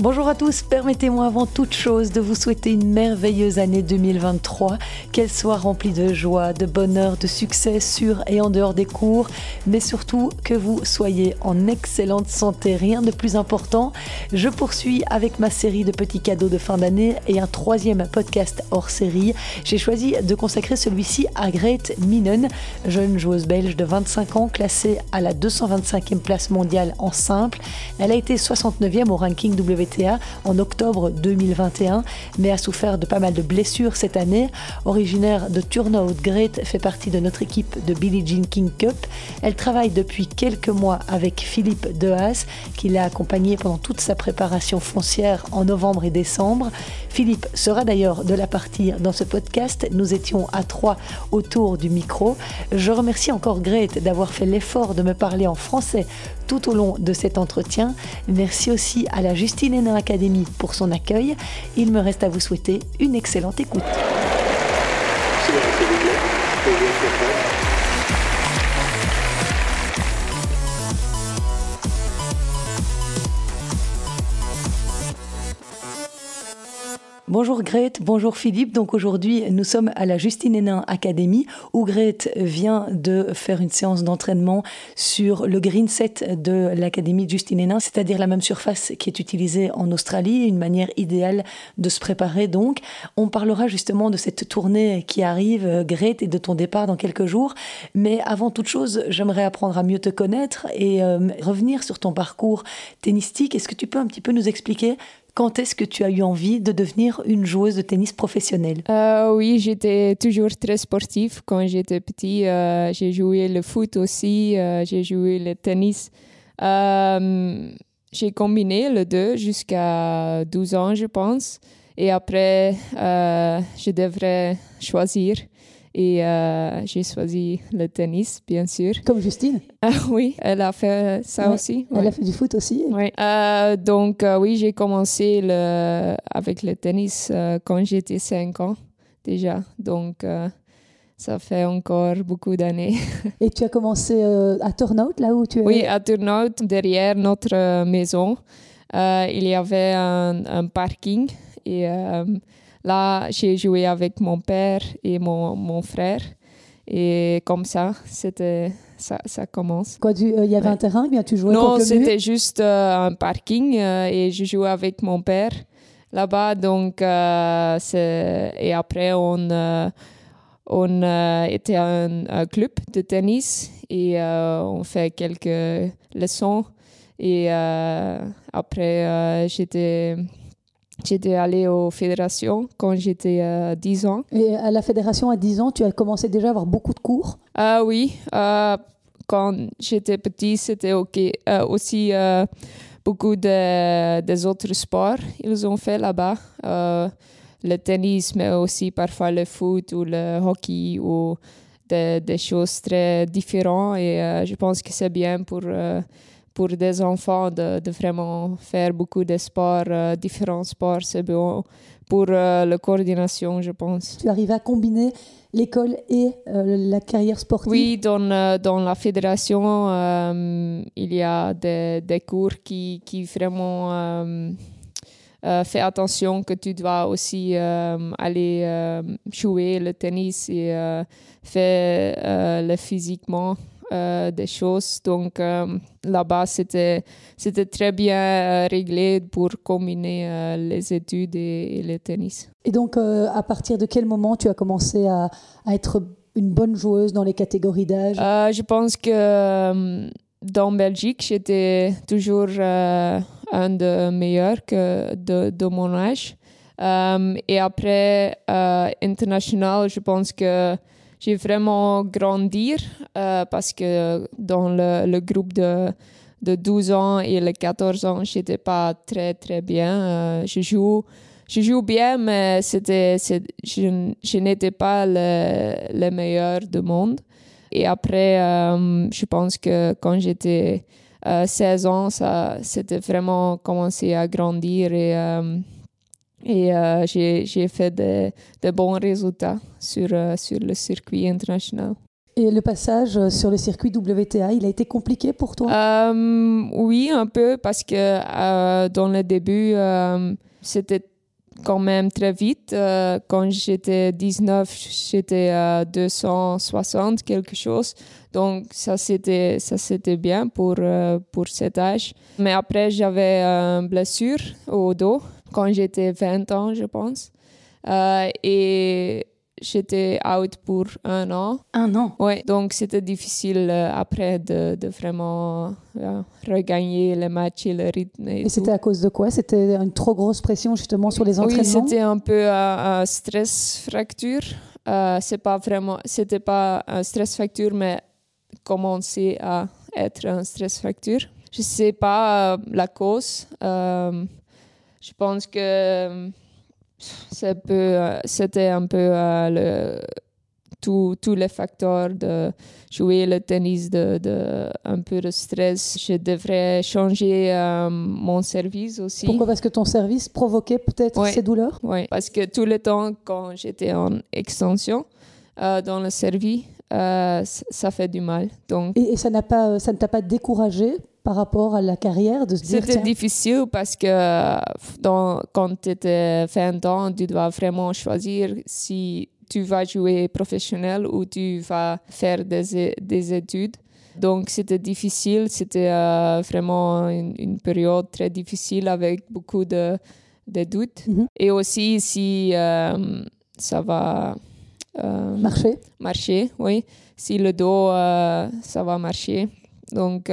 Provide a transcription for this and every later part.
Bonjour à tous, permettez-moi avant toute chose de vous souhaiter une merveilleuse année 2023, qu'elle soit remplie de joie, de bonheur, de succès sur et en dehors des cours, mais surtout que vous soyez en excellente santé, rien de plus important. Je poursuis avec ma série de petits cadeaux de fin d'année et un troisième podcast hors série. J'ai choisi de consacrer celui-ci à Grete Minen, jeune joueuse belge de 25 ans, classée à la 225e place mondiale en simple. Elle a été 69e au ranking WTA en octobre 2021, mais a souffert de pas mal de blessures cette année. Originaire de Turnhout, Grete fait partie de notre équipe de Billie Jean King Cup. Elle travaille depuis quelques mois avec Philippe Dehaas, qui l'a accompagnée pendant toute sa préparation foncière en novembre et décembre. Philippe sera d'ailleurs de la partie dans ce podcast. Nous étions à 3 autour du micro. Je remercie encore Grete d'avoir fait l'effort de me parler en français tout au long de cet entretien. Merci aussi à la Justine Hénin Academy pour son accueil. Il me reste à vous souhaiter une excellente écoute. Bonjour Grete, bonjour Philippe. Donc aujourd'hui, nous sommes à la Justine Hénin Academy où Grete vient de faire une séance d'entraînement sur le green set de l'Académie de Justine Hénin, c'est-à-dire la même surface qui est utilisée en Australie, une manière idéale de se préparer donc. On parlera justement de cette tournée qui arrive, Grete, et de ton départ dans quelques jours. Mais avant toute chose, j'aimerais apprendre à mieux te connaître et revenir sur ton parcours tennistique. Est-ce que tu peux un petit peu nous expliquer quand est-ce que tu as eu envie de devenir une joueuse de tennis professionnelle? Oui, j'étais toujours très sportive. Quand j'étais petit, j'ai joué le foot aussi, j'ai joué le tennis. J'ai combiné les deux jusqu'à 12 ans, je pense. Et après, je devrais choisir. Et j'ai choisi le tennis, bien sûr. Comme Justine? Oui, elle a fait ça aussi. Elle a fait du foot aussi? Oui. Donc, oui, j'ai commencé avec le tennis quand j'étais 5 ans déjà. Donc, ça fait encore beaucoup d'années. Et tu as commencé à Turnhout, là où tu es? Oui, à Turnhout, derrière notre maison. Il y avait un parking. Et là, j'ai joué avec mon père et mon frère. Et comme ça, ça commence. Quoi, il y avait un terrain, bien tu jouais contre le mur? Non, c'était juste un parking et je jouais avec mon père là-bas. Donc, et après, on était un club de tennis et on fait quelques leçons. Et après, J'étais allée aux fédérations quand j'étais 10 ans. Et à la fédération, à 10 ans, tu as commencé déjà à avoir beaucoup de cours? Oui, quand j'étais petit, c'était aussi beaucoup des autres sports. Ils ont fait là-bas le tennis, mais aussi parfois le foot ou le hockey ou des choses très différentes. Et je pense que c'est bien pour des enfants de vraiment faire beaucoup de sports, différents sports. C'est bon pour la coordination, je pense. Tu arrives à combiner l'école et la carrière sportive? Oui, dans la fédération, il y a des cours qui vraiment fait attention que tu dois aussi aller jouer le tennis et faire le physiquement. Des choses. Donc là-bas, c'était très bien réglé pour combiner les études et le tennis. Et donc, à partir de quel moment tu as commencé à être une bonne joueuse dans les catégories d'âge? Je pense que dans Belgique, j'étais toujours un des meilleurs de mon âge. Et après, international, je pense que j'ai vraiment grandi parce que dans le groupe de 12 ans et les 14 ans, je n'étais pas très, très bien. Je joue bien, mais je n'étais pas le meilleur du monde. Et après, je pense que quand j'étais 16 ans, c'était vraiment commencé à grandir et j'ai fait de bons résultats sur le circuit international. Et le passage sur le circuit WTA, il a été compliqué pour toi? Oui, un peu, parce que dans le début, c'était quand même très vite. Quand j'étais 19, j'étais à 260 quelque chose. Donc ça c'était bien pour cet âge. Mais après j'avais une blessure au dos quand j'étais 20 ans, je pense. Et j'étais out pour 1 an. 1 an? Oui, donc c'était difficile après de vraiment regagner les matchs et le rythme. Et c'était à cause de quoi? C'était une trop grosse pression justement sur les entraînements? Oui, c'était un peu un stress fracture. C'était pas un stress fracture, mais commençait à être un stress fracture. Je sais pas la cause. Je pense que c'était un peu tous les facteurs de jouer le tennis, un peu de stress. Je devrais changer mon service aussi. Pourquoi? Parce que ton service provoquait peut-être ces douleurs? Oui, parce que tout le temps, quand j'étais en extension dans le service, ça fait du mal. Donc, et ça ne t'a pas découragé par rapport à la carrière de se dire... C'était difficile parce que quand tu étais 20 ans, tu dois vraiment choisir si tu vas jouer professionnel ou tu vas faire des études. Donc c'était difficile, c'était vraiment une période très difficile avec beaucoup de doutes. Mm-hmm. Et aussi si ça va marcher, oui. Si le dos, ça va marcher. Donc...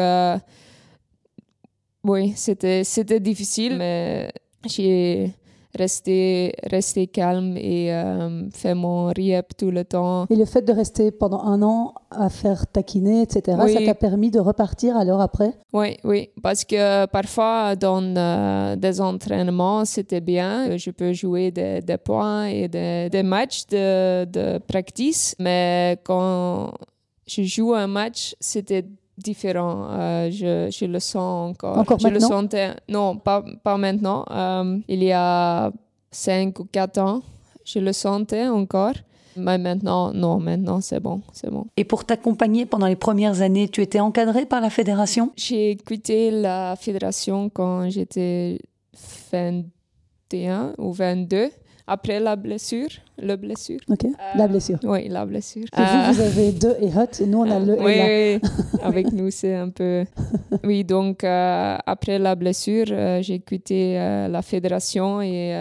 oui, c'était difficile, mais j'ai resté calme et fait mon rep tout le temps. Et le fait de rester pendant 1 an à faire taquiner, etc., oui. Ça t'a permis de repartir alors après? Oui, parce que parfois dans des entraînements, c'était bien. Je peux jouer des points et des matchs de practice, mais quand je joue un match, c'était différent. Je le sens encore. Encore je maintenant? le sentais. Non, pas maintenant. Il y a 5 ou 4 ans, je le sentais encore. Mais maintenant, non, maintenant c'est bon. Et pour t'accompagner pendant les premières années, tu étais encadrée par la fédération? J'ai quitté la fédération quand j'étais 21 ou 22. Après la blessure. Ok, la blessure. Oui, la blessure. Et vous avez 2 et hot, et nous on a le et là. Oui, avec nous c'est un peu... Oui, donc après la blessure, j'ai quitté la fédération et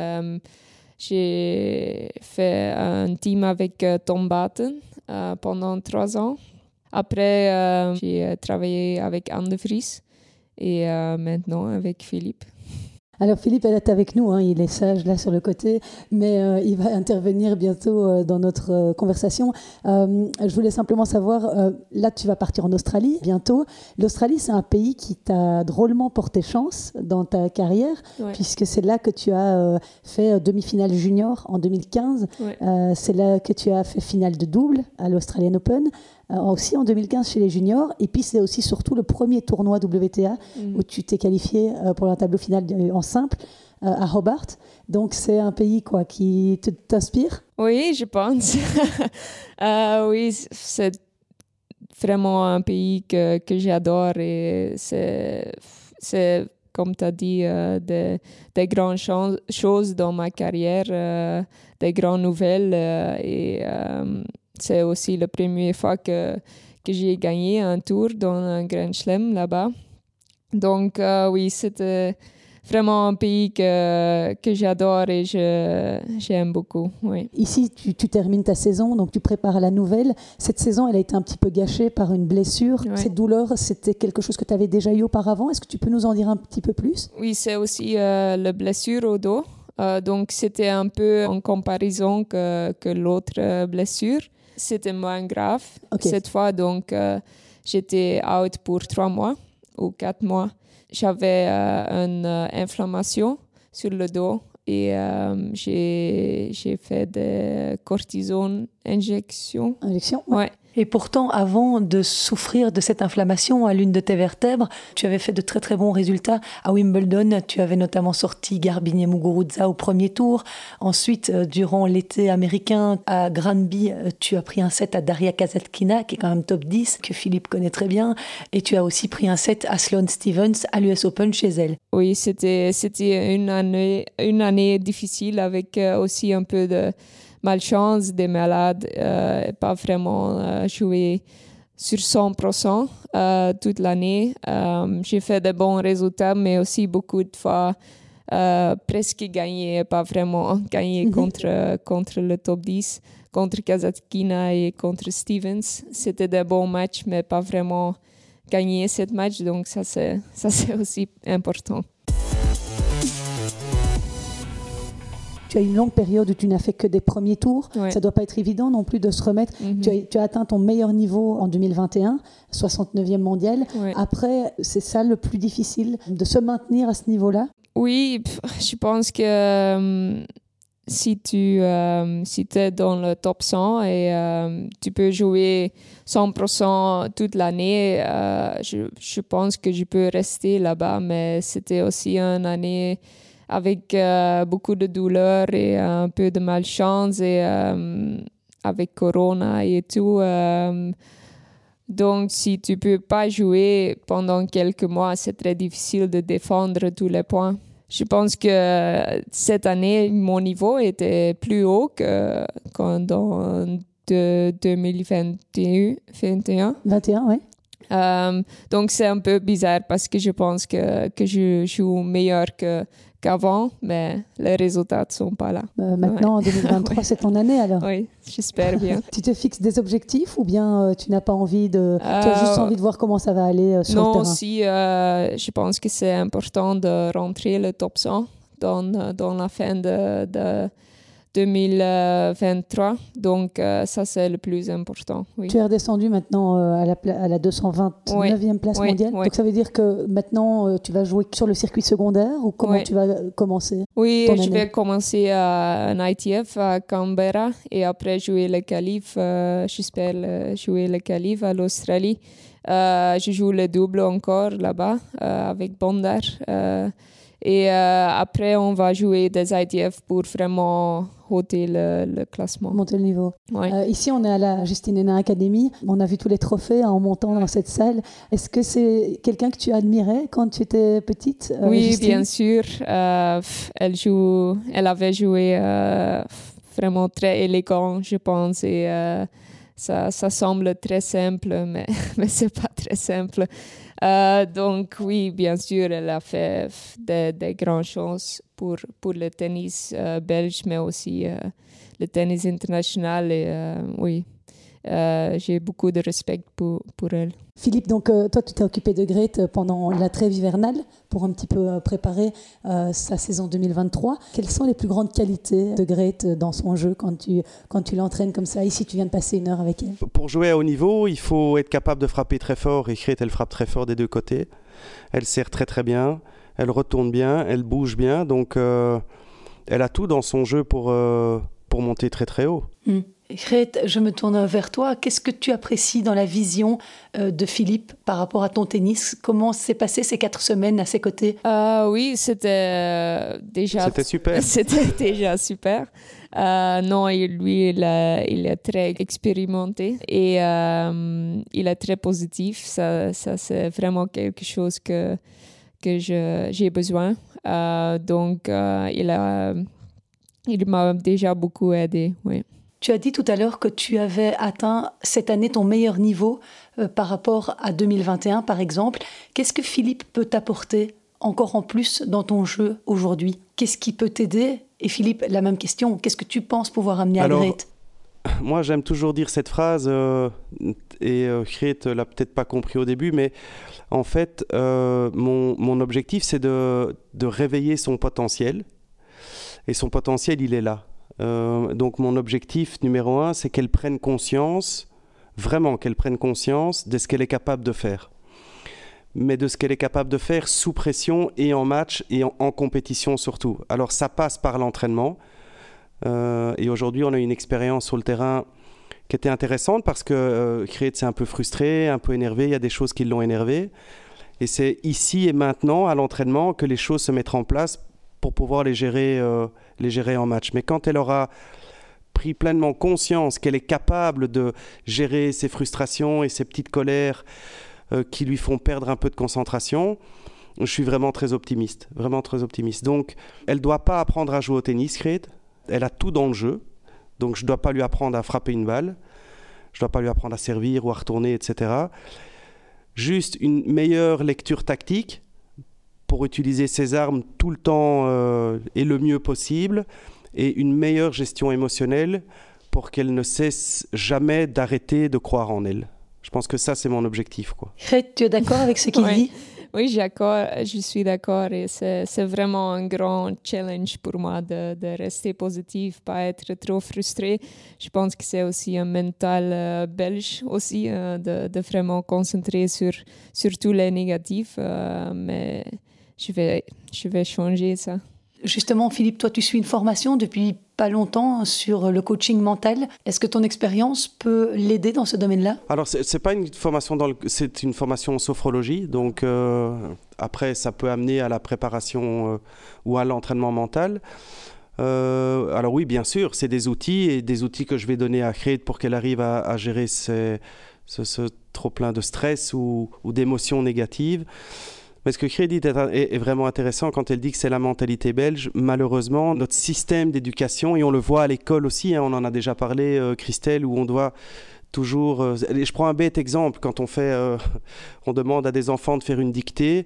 j'ai fait un team avec Tom Batten pendant 3 ans. Après, j'ai travaillé avec Anne de Vries et maintenant avec Philippe. Alors Philippe est avec nous, il est sage là sur le côté, mais il va intervenir bientôt dans notre conversation. Je voulais simplement savoir, là tu vas partir en Australie bientôt. L'Australie, c'est un pays qui t'a drôlement porté chance dans ta carrière, puisque c'est là que tu as fait demi-finale junior en 2015. C'est là que tu as fait finale de double à l'Australian Open. Aussi en 2015 chez les juniors, et puis c'est aussi surtout le premier tournoi WTA où tu t'es qualifié pour un tableau final en simple à Hobart. Donc c'est un pays qui t'inspire? Oui, je pense. Oui, c'est vraiment un pays que j'adore et c'est comme tu as dit, des grandes choses dans ma carrière, des grandes nouvelles et c'est aussi la première fois que j'ai gagné un tour dans un Grand Chelem là-bas. Donc oui, c'était vraiment un pays que j'adore et j'aime beaucoup. Oui. Ici, tu termines ta saison, donc tu prépares la nouvelle. Cette saison, elle a été un petit peu gâchée par une blessure. Cette douleur, c'était quelque chose que tu avais déjà eu auparavant. Est-ce que tu peux nous en dire un petit peu plus? Oui, c'est aussi la blessure au dos. Donc c'était un peu en comparaison que l'autre blessure. C'était moins grave cette fois, donc j'étais out pour 3 mois ou 4 mois. J'avais une inflammation sur le dos et j'ai fait des cortisone injections. Injection? Ouais. Et pourtant, avant de souffrir de cette inflammation à l'une de tes vertèbres, tu avais fait de très très bons résultats. À Wimbledon, tu avais notamment sorti Garbiñe Muguruza au premier tour. Ensuite, durant l'été américain, à Granby, tu as pris un set à Daria Kasatkina, qui est quand même top 10, que Philippe connaît très bien. Et tu as aussi pris un set à Sloane Stephens à l'US Open chez elle. Oui, c'était une année difficile avec aussi un peu de malchance, des malades, pas vraiment joué sur 100% toute l'année. J'ai fait de bons résultats, mais aussi beaucoup de fois presque gagné, pas vraiment gagné contre le top 10, contre Kasatkina et contre Stevens. C'était des bons matchs, mais pas vraiment gagné ce match, donc ça c'est aussi important. Tu as une longue période où tu n'as fait que des premiers tours. Ouais. Ça ne doit pas être évident non plus de se remettre. Tu as atteint ton meilleur niveau en 2021, 69e mondial. Ouais. Après, c'est ça le plus difficile, de se maintenir à ce niveau-là? Oui, je pense que si tu es dans le top 100 et tu peux jouer 100% toute l'année, je pense que je peux rester là-bas. Mais c'était aussi une année avec beaucoup de douleur et un peu de malchance et avec Corona et tout. Donc, si tu ne peux pas jouer pendant quelques mois, c'est très difficile de défendre tous les points. Je pense que cette année, mon niveau était plus haut que dans 2021. 21, oui. Donc, c'est un peu bizarre parce que je pense que je joue meilleur qu'avant, mais les résultats ne sont pas là. Maintenant, en 2023, ouais. C'est ton année alors? Oui, j'espère bien. Tu te fixes des objectifs ou bien tu n'as pas envie de... tu as juste envie de voir comment ça va aller sur le terrain? Non, si, je pense que c'est important de rentrer le top 100 dans la fin de 2023. Donc, ça, c'est le plus important. Oui. Tu es redescendu maintenant à la 229e place mondiale. Oui. Donc, ça veut dire que maintenant, tu vas jouer sur le circuit secondaire ou comment tu vas commencer? Oui, je vais commencer un ITF à Canberra et après jouer le qualif. J'espère jouer le qualif à l'Australie. Je joue le double encore là-bas avec Bondar. Et après, on va jouer des ITF pour vraiment monter le classement. Monter le niveau. Ouais. Ici, on est à la Justine Hénin Academy. On a vu tous les trophées en montant dans cette salle. Est-ce que c'est quelqu'un que tu admirais quand tu étais petite? Oui, Justine? bien sûr. Elle avait joué vraiment très élégant, je pense. Et ça semble très simple, mais c'est pas très simple. Donc oui, bien sûr, elle a fait des grandes choses pour le tennis belge, mais aussi le tennis international. Et oui, j'ai beaucoup de respect pour elle. Philippe, donc toi, tu t'es occupé de Grete pendant la trêve hivernale pour un petit peu préparer sa saison 2023. Quelles sont les plus grandes qualités de Grete dans son jeu quand tu l'entraînes comme ça? Ici, tu viens de passer une heure avec elle. Pour jouer à haut niveau, il faut être capable de frapper très fort. Et Grete, elle frappe très fort des deux côtés. Elle serre très très bien. Elle retourne bien. Elle bouge bien. Donc, elle a tout dans son jeu pour monter très très haut. Grete, je me tourne vers toi. Qu'est-ce que tu apprécies dans la vision de Philippe par rapport à ton tennis? Comment s'est passé ces 4 semaines à ses côtés? Oui, c'était déjà... C'était super. C'était déjà super. Non, lui, il est très expérimenté et il est très positif. Ça c'est vraiment quelque chose que j'ai besoin. Donc, il m'a déjà beaucoup aidé, oui. Tu as dit tout à l'heure que tu avais atteint cette année ton meilleur niveau par rapport à 2021, par exemple. Qu'est-ce que Philippe peut t'apporter encore en plus dans ton jeu aujourd'hui? Qu'est-ce qui peut t'aider? Et Philippe, la même question. Qu'est-ce que tu penses pouvoir amener à Grete? Moi, j'aime toujours dire cette phrase, et Grete l'a peut-être pas compris au début, mais en fait, mon objectif, c'est de réveiller son potentiel. Et son potentiel, il est là. Donc mon objectif numéro 1, c'est qu'elle prenne conscience, vraiment qu'elle prenne conscience de ce qu'elle est capable de faire. Mais de ce qu'elle est capable de faire sous pression et en match et en compétition surtout. Alors ça passe par l'entraînement. Et aujourd'hui, on a une expérience sur le terrain qui était intéressante parce que Kate s'est un peu frustré, un peu énervé, il y a des choses qui l'ont énervé. Et c'est ici et maintenant, à l'entraînement, que les choses se mettent en place pour pouvoir les gérer en match. Mais quand elle aura pris pleinement conscience qu'elle est capable de gérer ses frustrations et ses petites colères qui lui font perdre un peu de concentration, je suis vraiment très optimiste. Donc, elle ne doit pas apprendre à jouer au tennis, Kate. Elle a tout dans le jeu. Donc, je ne dois pas lui apprendre à frapper une balle. Je ne dois pas lui apprendre à servir ou à retourner, etc. Juste une meilleure lecture tactique pour utiliser ses armes tout le temps et le mieux possible, et une meilleure gestion émotionnelle pour qu'elle ne cesse jamais d'arrêter de croire en elle. Je pense que ça, c'est mon objectif, quoi. Kate, tu es d'accord avec ce qu'il dit? Oui, je suis d'accord et c'est vraiment un grand challenge pour moi de rester positif, pas être trop frustré. Je pense que c'est aussi un mental belge aussi, de vraiment concentrer sur tous les négatifs, mais je vais changer ça. Justement, Philippe, toi, tu suis une formation depuis pas longtemps sur le coaching mental. Est-ce que ton expérience peut l'aider dans ce domaine-là? Alors, c'est pas une formation c'est une formation en sophrologie. Donc, après, ça peut amener à la préparation ou à l'entraînement mental. Alors oui, bien sûr, c'est des outils que je vais donner à Kate pour qu'elle arrive à gérer ce trop-plein de stress ou d'émotions négatives. Mais ce que Kate dit est vraiment intéressant quand elle dit que c'est la mentalité belge. Malheureusement, notre système d'éducation, et on le voit à l'école aussi, hein, on en a déjà parlé, Christelle, où on doit toujours... je prends un bête exemple, quand on demande à des enfants de faire une dictée,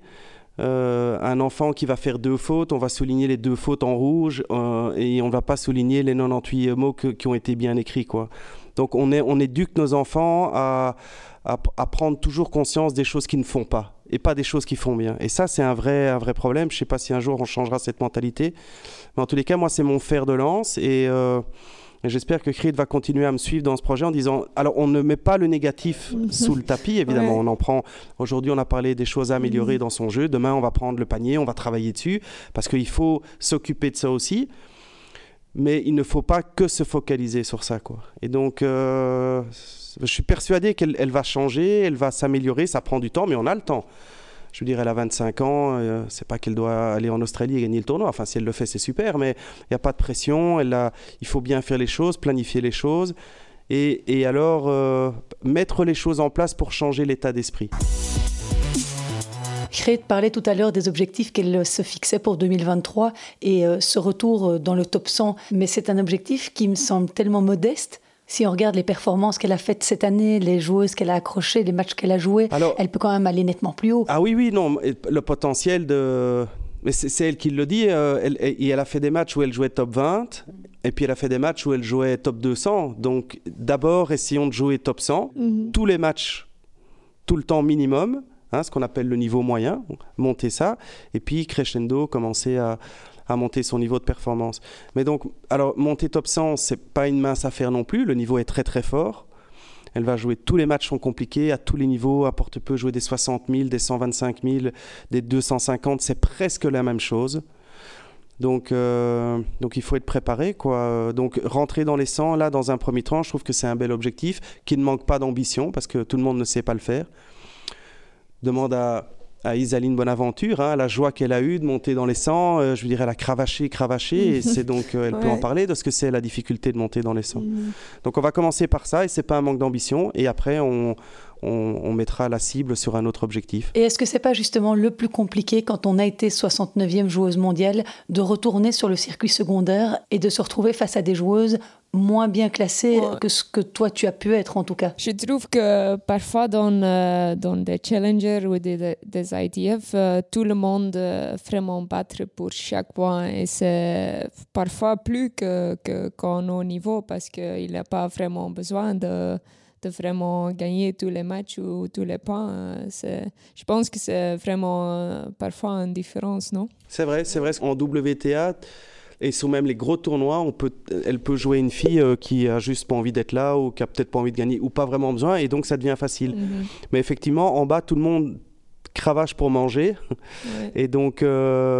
un enfant qui va faire 2 fautes, on va souligner les 2 fautes en rouge et on ne va pas souligner les 98 mots qui ont été bien écrits, quoi. Donc on éduque nos enfants à prendre toujours conscience des choses qu'ils ne font pas et pas des choses qu'ils font bien. Et ça, c'est un vrai problème. Je ne sais pas si un jour on changera cette mentalité. Mais en tous les cas, moi, c'est mon fer de lance et j'espère que Kate va continuer à me suivre dans ce projet en disant... Alors, on ne met pas le négatif sous le tapis, évidemment. Ouais. On en prend... Aujourd'hui, on a parlé des choses à améliorer dans son jeu. Demain, on va prendre le panier, on va travailler dessus parce qu'il faut s'occuper de ça aussi. Mais il ne faut pas que se focaliser sur ça, quoi. Et donc, je suis persuadé qu'elle va changer, elle va s'améliorer. Ça prend du temps, mais on a le temps. Je veux dire, elle a 25 ans, c'est pas qu'elle doit aller en Australie et gagner le tournoi. Enfin, si elle le fait, c'est super, mais il n'y a pas de pression. Il faut bien faire les choses, planifier les choses. Et alors, mettre les choses en place pour changer l'état d'esprit. Kate parlait tout à l'heure des objectifs qu'elle se fixait pour 2023 et ce retour dans le top 100. Mais c'est un objectif qui me semble tellement modeste. Si on regarde les performances qu'elle a faites cette année, les joueuses qu'elle a accrochées, les matchs qu'elle a joués, elle peut quand même aller nettement plus haut. Ah oui, non, le potentiel de... Mais c'est elle qui le dit, elle a fait des matchs où elle jouait top 20, et puis elle a fait des matchs où elle jouait top 200. Donc d'abord, essayons de jouer top 100, tous les matchs, tout le temps minimum, hein, ce qu'on appelle le niveau moyen, monter ça, et puis crescendo, commencer à monter son niveau de performance. Mais donc, alors monter top 100, c'est pas une mince affaire non plus, le niveau est très très fort. Elle va jouer, tous les matchs sont compliqués, à tous les niveaux, Porte peut jouer des 60 000, des 125 000, des 250, c'est presque la même chose. Donc il faut être préparé, quoi. Donc rentrer dans les 100, là, dans un premier temps, je trouve que c'est un bel objectif, qui ne manque pas d'ambition, parce que tout le monde ne sait pas le faire. Demande à Isaline Bonaventure, hein, la joie qu'elle a eue de monter dans les 100, je veux dire, elle a cravaché, et c'est donc, elle peut en parler de ce que c'est la difficulté de monter dans les 100. Donc on va commencer par ça, et c'est pas un manque d'ambition, et après on mettra la cible sur un autre objectif. Et est-ce que c'est pas justement le plus compliqué quand on a été 69e joueuse mondiale, de retourner sur le circuit secondaire et de se retrouver face à des joueuses moins bien classées que ce que toi tu as pu être en tout cas? Je trouve que parfois dans des challengers ou des ITF, tout le monde vraiment battre pour chaque point et c'est parfois plus qu'en haut niveau parce qu'il n'a pas vraiment besoin de vraiment gagner tous les matchs ou tous les points. Je pense que c'est vraiment parfois une différence, non? C'est vrai. En WTA, et sur même les gros tournois, elle peut jouer une fille qui a juste pas envie d'être là ou qui a peut-être pas envie de gagner ou pas vraiment besoin et donc ça devient facile. Mais effectivement, en bas, tout le monde cravache pour manger et donc il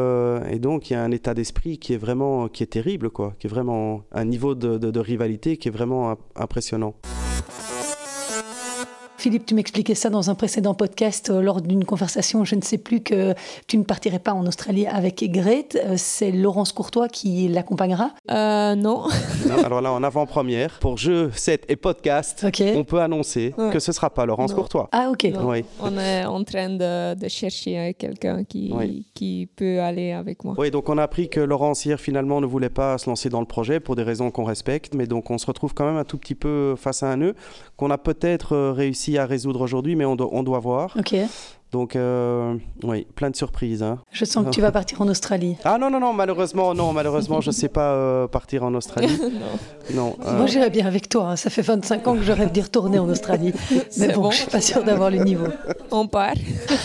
y a un état d'esprit qui est terrible, quoi, qui est vraiment un niveau de rivalité qui est vraiment impressionnant. Philippe, tu m'expliquais ça dans un précédent podcast lors d'une conversation, je ne sais plus, que tu ne partirais pas en Australie avec Grete. C'est Laurence Courtois qui l'accompagnera? Non. Non, alors là, en avant-première, pour Jeux 7 et podcast, on peut annoncer que ce ne sera pas Laurence Courtois. Ah, ok. Oui. On est en train de chercher quelqu'un qui peut aller avec moi. Oui, donc on a appris que Laurence, hier, finalement, ne voulait pas se lancer dans le projet pour des raisons qu'on respecte, mais donc on se retrouve quand même un tout petit peu face à un nœud qu'on a peut-être réussi à résoudre aujourd'hui, mais on doit voir. Ok. Donc, oui, plein de surprises. Hein. Je sens que tu vas partir en Australie. Ah non, malheureusement, je ne sais pas partir en Australie. Non. Moi, j'irais bien avec toi. Hein. Ça fait 25 ans que je rêve d'y retourner en Australie. Mais bon, je ne suis pas sûre d'avoir le niveau. On part.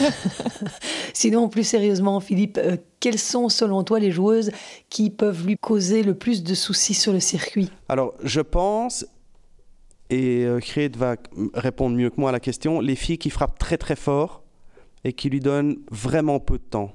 Sinon, plus sérieusement, Philippe, quelles sont, selon toi, les joueuses qui peuvent lui causer le plus de soucis sur le circuit? Alors, je pense... Et Grete va répondre mieux que moi à la question, les filles qui frappent très très fort et qui lui donnent vraiment peu de temps.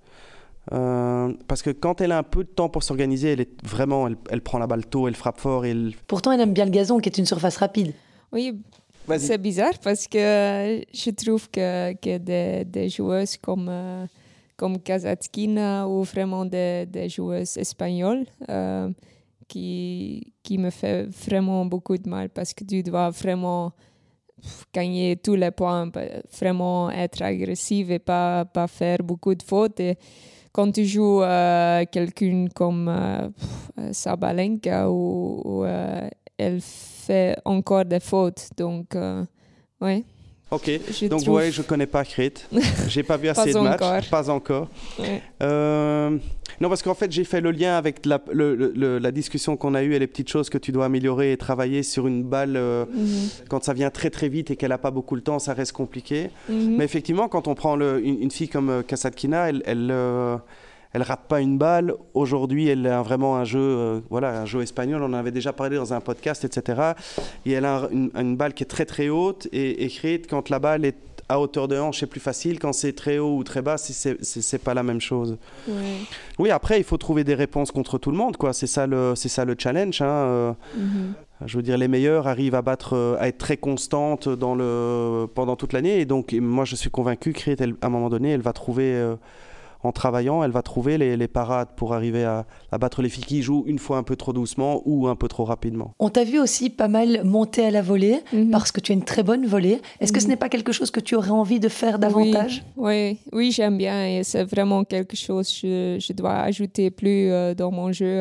Parce que quand elle a un peu de temps pour s'organiser, elle prend la balle tôt, elle frappe fort. Pourtant, elle aime bien le gazon, qui est une surface rapide. Oui, Vas-y. C'est bizarre parce que je trouve que des joueuses comme Kasatkina ou vraiment des joueuses espagnoles qui me fait vraiment beaucoup de mal parce que tu dois vraiment gagner tous les points, vraiment être agressive et pas faire beaucoup de fautes. Et quand tu joues quelqu'un comme Sabalenka où elle fait encore des fautes, donc ouais. Ok, donc je connais pas Grete. J'ai pas vu assez de matchs. Pas encore. Ouais. Non, parce qu'en fait, j'ai fait le lien avec la discussion qu'on a eue et les petites choses que tu dois améliorer et travailler sur une balle. Quand ça vient très très vite et qu'elle n'a pas beaucoup de temps, ça reste compliqué. Mais effectivement, quand on prend une fille comme Kasatkina, elle rate pas une balle. Aujourd'hui, elle a vraiment un jeu, un jeu espagnol. On en avait déjà parlé dans un podcast, etc. Et elle a une balle qui est très très haute. Et Grete, quand la balle est à hauteur de hanche, c'est plus facile. Quand c'est très haut ou très bas, c'est pas la même chose. Ouais. Oui, après, il faut trouver des réponses contre tout le monde, quoi. C'est ça le challenge. Hein. Je veux dire, les meilleures arrivent à être très constantes pendant toute l'année. Et donc, moi, je suis convaincu que Grete, à un moment donné, elle va trouver... en travaillant, elle va trouver les parades pour arriver à battre les filles qui jouent une fois un peu trop doucement ou un peu trop rapidement. On t'a vu aussi pas mal monter à la volée parce que tu as une très bonne volée. Est-ce que ce n'est pas quelque chose que tu aurais envie de faire davantage? Oui, j'aime bien et c'est vraiment quelque chose que je dois ajouter plus dans mon jeu.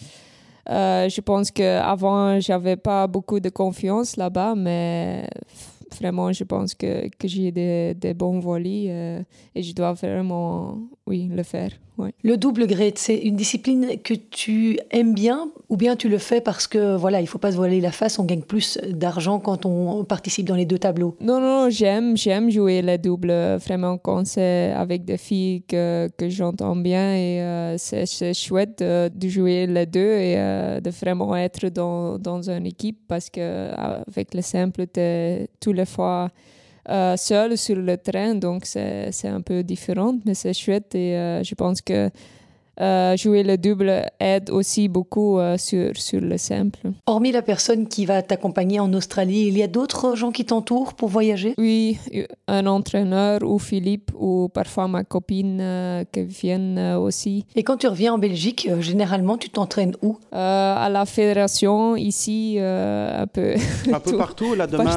Je pense qu'avant, je n'avais pas beaucoup de confiance là-bas, mais... Vraiment, je pense que j'ai des bons volets et je dois vraiment, le faire. Ouais. Le double Grete, c'est une discipline que tu aimes bien ou bien tu le fais parce que, il ne faut pas se voiler la face, on gagne plus d'argent quand on participe dans les deux tableaux? Non, j'aime jouer le double, vraiment quand c'est avec des filles que j'entends bien et c'est chouette de jouer les deux et de vraiment être dans une équipe parce qu'avec le simple, tu es tous les fois seul sur le terrain, donc c'est un peu différent, mais c'est chouette et je pense que jouer le double aide aussi beaucoup sur le simple. Hormis la personne qui va t'accompagner en Australie, il y a d'autres gens qui t'entourent pour voyager? Oui, un entraîneur ou Philippe ou parfois ma copine qui viennent aussi. Et quand tu reviens en Belgique, généralement, tu t'entraînes où? À la fédération, ici, un peu. Un peu partout. Là, demain,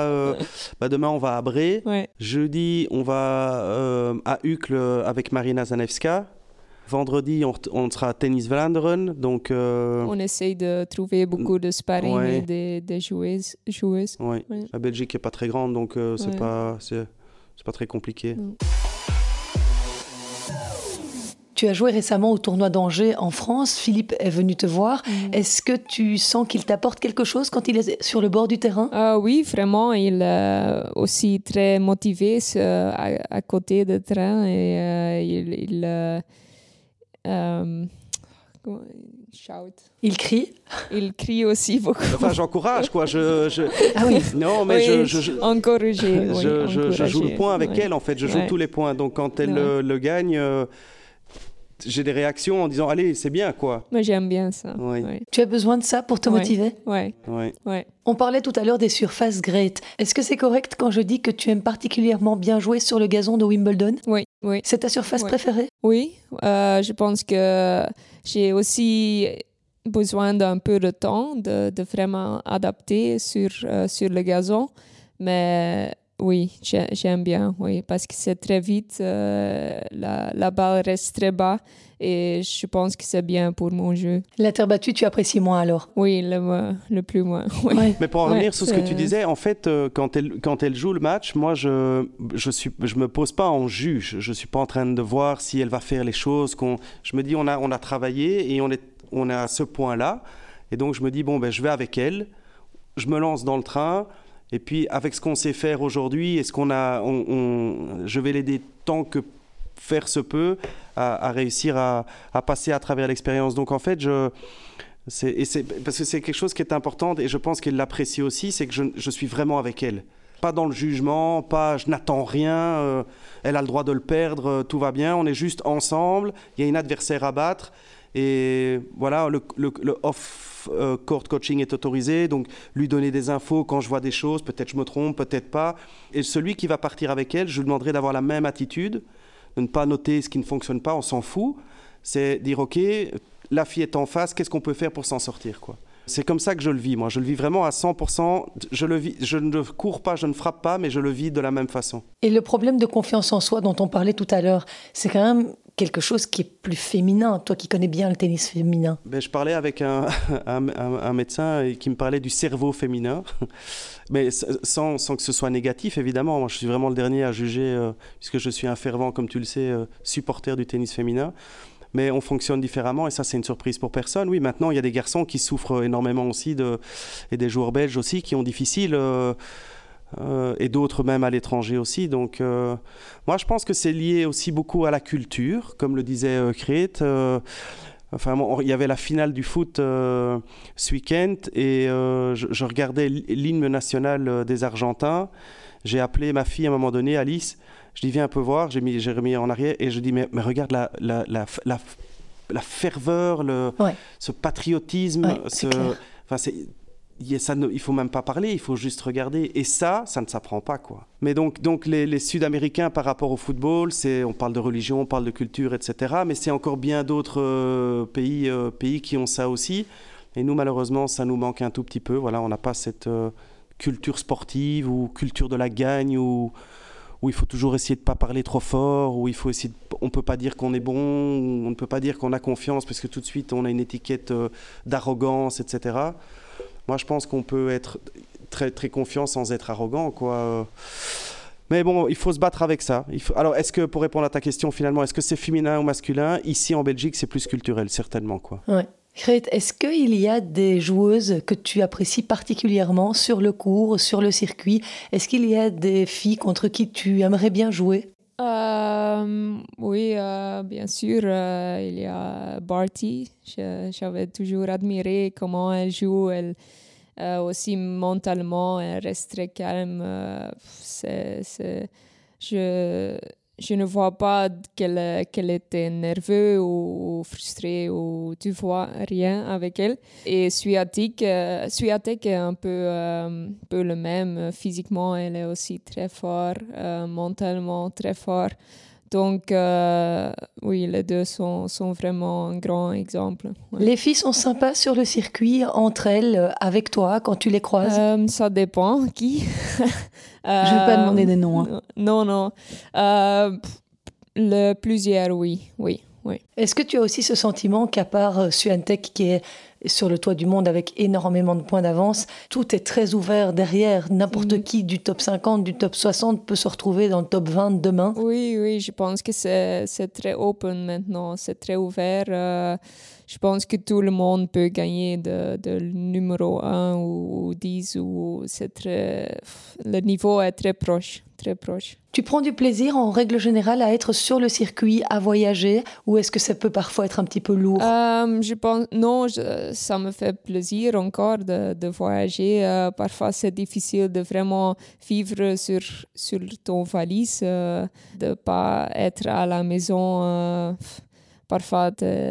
on va à Bré. Ouais. Jeudi, on va à Uccle avec Marina Zanevska. Vendredi, on sera à Tennis Vlaanderen, donc... On essaye de trouver beaucoup de sparring et des joueuses. Oui. Ouais. La Belgique n'est pas très grande, donc c'est pas très compliqué. Tu as joué récemment au tournoi d'Angers en France. Philippe est venu te voir. Est-ce que tu sens qu'il t'apporte quelque chose quand il est sur le bord du terrain? Oui, vraiment. Il est aussi très motivé à côté du terrain et il shout. Il crie? Il crie aussi beaucoup. Enfin, j'encourage, quoi. Ah oui. Non, mais encourager. Je joue le point avec elle, en fait. Je joue tous les points. Donc, quand elle le gagne, j'ai des réactions en disant allez, c'est bien quoi. Mais j'aime bien ça. Oui. Ouais. Tu as besoin de ça pour te motiver? Ouais. Ouais. Ouais. On parlait tout à l'heure des surfaces great. Est-ce que c'est correct quand je dis que tu aimes particulièrement bien jouer sur le gazon de Wimbledon? Oui. Oui. C'est ta surface Ouais. préférée? Oui, je pense que j'ai aussi besoin d'un peu de temps de vraiment adapter sur le gazon. Mais oui, j'aime bien, oui, parce que c'est très vite, la balle reste très bas et je pense que c'est bien pour mon jeu. La terre battue, tu apprécies moins alors? Oui, le plus moins. Oui. Ouais. Mais pour en revenir sur ce que c'est- tu disais, en fait, quand elle joue le match, moi, je me pose pas en juge. Je suis pas en train de voir si elle va faire les choses. Je me dis, on a travaillé et on est à ce point-là. Et donc, je me dis, bon, ben, je vais avec elle. Je me lance dans le train. Et puis, avec ce qu'on sait faire aujourd'hui, et ce qu'on a, je vais l'aider tant que faire se peut à réussir à passer à travers l'expérience. Donc, en fait, parce que c'est quelque chose qui est important et je pense qu'elle l'apprécie aussi, c'est que je suis vraiment avec elle. Pas dans le jugement, je n'attends rien, elle a le droit de le perdre, tout va bien, on est juste ensemble, il y a une adversaire à battre et voilà, le off-court coaching est autorisé, donc lui donner des infos quand je vois des choses, peut-être je me trompe, peut-être pas. Et celui qui va partir avec elle, je lui demanderai d'avoir la même attitude, de ne pas noter ce qui ne fonctionne pas, on s'en fout, c'est dire ok, la fille est en face, qu'est-ce qu'on peut faire pour s'en sortir quoi. C'est comme ça que je le vis, moi. Je le vis vraiment à 100%. Je ne cours pas, je ne frappe pas, mais je le vis de la même façon. Et le problème de confiance en soi dont on parlait tout à l'heure, c'est quand même quelque chose qui est plus féminin, toi qui connais bien le tennis féminin. Ben, je parlais avec un médecin qui me parlait du cerveau féminin, mais sans que ce soit négatif, évidemment. Moi, je suis vraiment le dernier à juger, puisque je suis un fervent, comme tu le sais, supporter du tennis féminin. Mais on fonctionne différemment et ça, c'est une surprise pour personne. Oui, maintenant, il y a des garçons qui souffrent énormément aussi et des joueurs belges aussi qui ont difficile et d'autres même à l'étranger aussi. Donc, moi, je pense que c'est lié aussi beaucoup à la culture, comme le disait Krete. Enfin, il y avait la finale du foot ce week-end et je regardais l'hymne national des Argentins. J'ai appelé ma fille à un moment donné, Alice. Je dis, viens un peu voir, j'ai remis en arrière et je dis, mais regarde la ferveur, ce patriotisme. Il ne faut même pas parler, il faut juste regarder. Et ça ne s'apprend pas, quoi. Mais donc les Sud-Américains, par rapport au football, on parle de religion, on parle de culture, etc. Mais c'est encore bien d'autres pays qui ont ça aussi. Et nous, malheureusement, ça nous manque un tout petit peu. Voilà, on n'a pas cette culture sportive ou culture de la gagne où il faut toujours essayer de ne pas parler trop fort, où on ne peut pas dire qu'on est bon, on ne peut pas dire qu'on a confiance, parce que tout de suite, on a une étiquette d'arrogance, etc. Moi, je pense qu'on peut être très, très confiant sans être arrogant, quoi. Mais bon, il faut se battre avec ça. Alors, pour répondre à ta question, finalement, est-ce que c'est féminin ou masculin? Ici, en Belgique, c'est plus culturel, certainement, quoi. Ouais. Krete, est-ce qu'il y a des joueuses que tu apprécies particulièrement sur le court, sur le circuit? Est-ce qu'il y a des filles contre qui tu aimerais bien jouer? Oui, bien sûr, il y a Barty. J'avais toujours admiré comment elle joue. Elle, aussi mentalement, elle reste très calme. Je ne vois pas qu'elle était nerveuse ou frustrée ou tu vois rien avec elle. Et Swiatek est un peu le même. Physiquement, elle est aussi très forte, mentalement très forte. Donc, oui, les deux sont vraiment un grand exemple. Ouais. Les filles sont sympas sur le circuit, entre elles, avec toi, quand tu les croises? Ça dépend, qui. Je ne vais pas demander des noms. Hein. Non. Plusieurs, oui. Est-ce que tu as aussi ce sentiment qu'à part Swiatek qui est sur le toit du monde avec énormément de points d'avance, tout est très ouvert derrière. N'importe qui du top 50, du top 60 peut se retrouver dans le top 20 demain. Oui, je pense que c'est très open maintenant, c'est très ouvert. Je pense que tout le monde peut gagner de numéro 1 ou 10. Le niveau est très proche. Tu prends du plaisir en règle générale à être sur le circuit, à voyager, ou est-ce que ça peut parfois être un petit peu lourd? Je pense, non, ça me fait plaisir encore de voyager. Parfois c'est difficile de vraiment vivre sur ton valise, de ne pas être à la maison parfois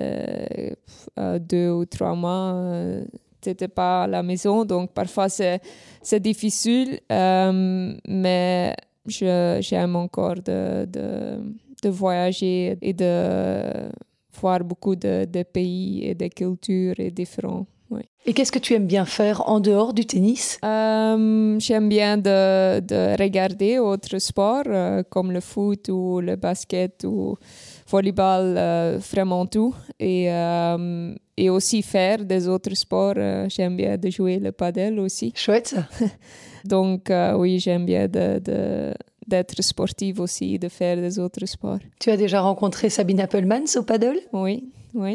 2 ou 3 mois, tu n'étais pas à la maison. Donc parfois c'est difficile, mais j'aime encore de voyager et de voir beaucoup de pays et de cultures et différents. Oui. Et qu'est-ce que tu aimes bien faire en dehors du tennis? J'aime bien de regarder autres sports comme le foot ou le basket ou volleyball, vraiment tout. Et aussi faire des autres sports. J'aime bien de jouer le paddle aussi. Chouette ça. Donc oui, j'aime bien d'être sportive aussi, de faire des autres sports. Tu as déjà rencontré Sabine Appelmans au paddle? Oui.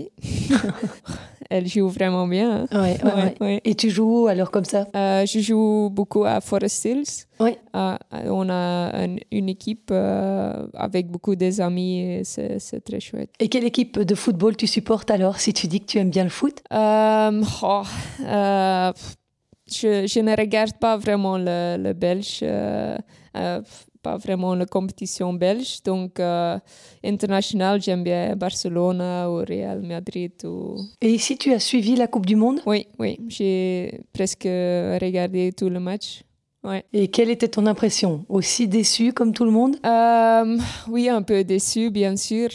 Elle joue vraiment bien. Hein? Ouais. Et tu joues alors comme ça? Je joue beaucoup à Forest Hills. Oui. On a une équipe avec beaucoup d'amis et c'est très chouette. Et quelle équipe de football tu supportes alors, si tu dis que tu aimes bien le foot? Je ne regarde pas vraiment le belge, pas vraiment la compétition belge. Donc, international, j'aime bien Barcelone ou Real Madrid. Et ici, tu as suivi la Coupe du Monde? Oui, j'ai presque regardé tout le match. Ouais. Et quelle était ton impression? Aussi déçue comme tout le monde? Oui, un peu déçue, bien sûr.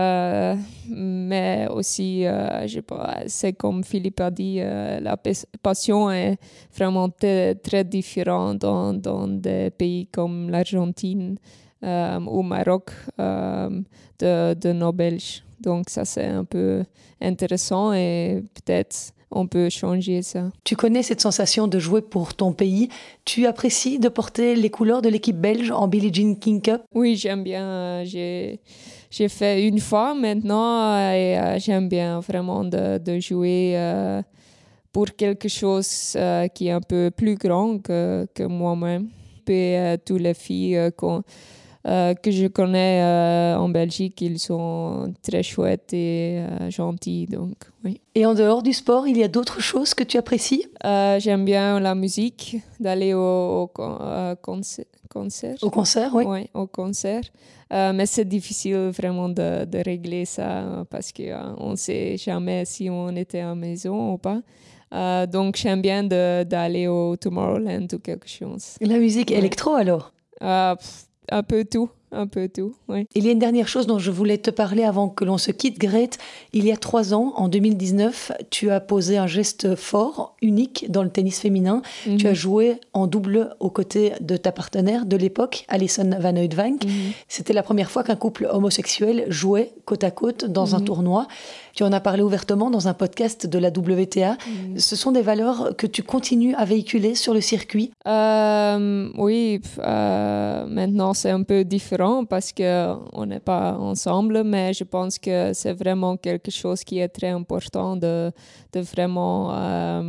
Mais aussi, je sais pas, c'est comme Philippe a dit, la passion est vraiment très différente dans des pays comme l'Argentine ou Maroc de nos Belges. Donc ça, c'est un peu intéressant et peut-être on peut changer ça. Tu connais cette sensation de jouer pour ton pays. Tu apprécies de porter les couleurs de l'équipe belge en Billie Jean King Cup? Oui, j'aime bien. J'ai fait une fois maintenant et j'aime bien vraiment de jouer pour quelque chose qui est un peu plus grand que moi-même. Et toutes les filles que je connais en Belgique, ils sont très chouettes et gentils, donc oui. Et en dehors du sport, il y a d'autres choses que tu apprécies? J'aime bien la musique, d'aller au concert. Au concert, oui. Oui, au concert. Mais c'est difficile vraiment de régler ça parce qu'on ne sait jamais si on était à la maison ou pas. Donc j'aime bien d'aller au Tomorrowland ou quelque chose. La musique électro alors? Un peu tout, oui. Il y a une dernière chose dont je voulais te parler avant que l'on se quitte, Grete. Il y a 3 ans, en 2019, tu as posé un geste fort, unique dans le tennis féminin. Mm-hmm. Tu as joué en double aux côtés de ta partenaire de l'époque, Alison Van Uytvanck. Mm-hmm. C'était la première fois qu'un couple homosexuel jouait côte à côte dans un tournoi. Tu en as parlé ouvertement dans un podcast de la WTA. Ce sont des valeurs que tu continues à véhiculer sur le circuit? Oui, maintenant c'est un peu différent parce qu'on n'est pas ensemble, mais je pense que c'est vraiment quelque chose qui est très important de vraiment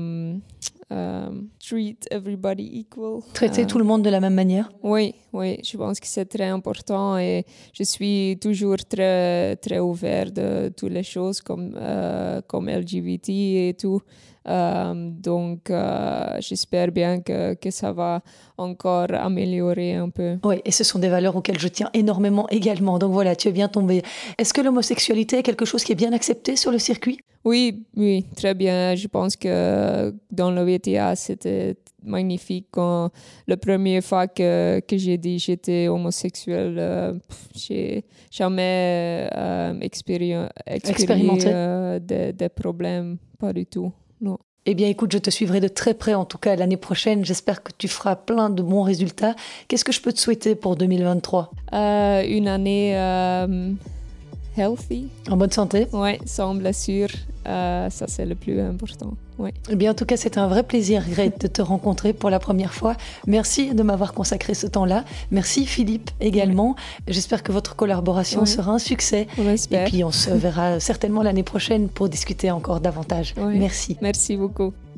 treat everybody equal. Traiter tout le monde de la même manière? Oui, je pense que c'est très important et je suis toujours très, très ouvert de toutes les choses comme LGBT et tout. Donc, j'espère bien que ça va encore améliorer un peu. Oui, et ce sont des valeurs auxquelles je tiens énormément également. Donc voilà, tu es bien tombé. Est-ce que l'homosexualité est quelque chose qui est bien accepté sur le circuit? Oui, très bien. Je pense que dans le WTA, c'était magnifique. Quand la première fois que j'ai dit que j'étais homosexuelle, j'ai jamais expérimenté des problèmes, pas du tout. Non. Eh bien, écoute, je te suivrai de très près, en tout cas l'année prochaine. J'espère que tu feras plein de bons résultats. Qu'est-ce que je peux te souhaiter pour 2023? Une année healthy. En bonne santé? Oui, sans blessure. Ça, c'est le plus important. Oui. Eh bien, en tout cas, c'est un vrai plaisir, Grete, de te rencontrer pour la première fois. Merci de m'avoir consacré ce temps-là. Merci, Philippe, également. J'espère que votre collaboration sera un succès. On espère. Et puis, on se verra certainement l'année prochaine pour discuter encore davantage. Merci. Merci beaucoup.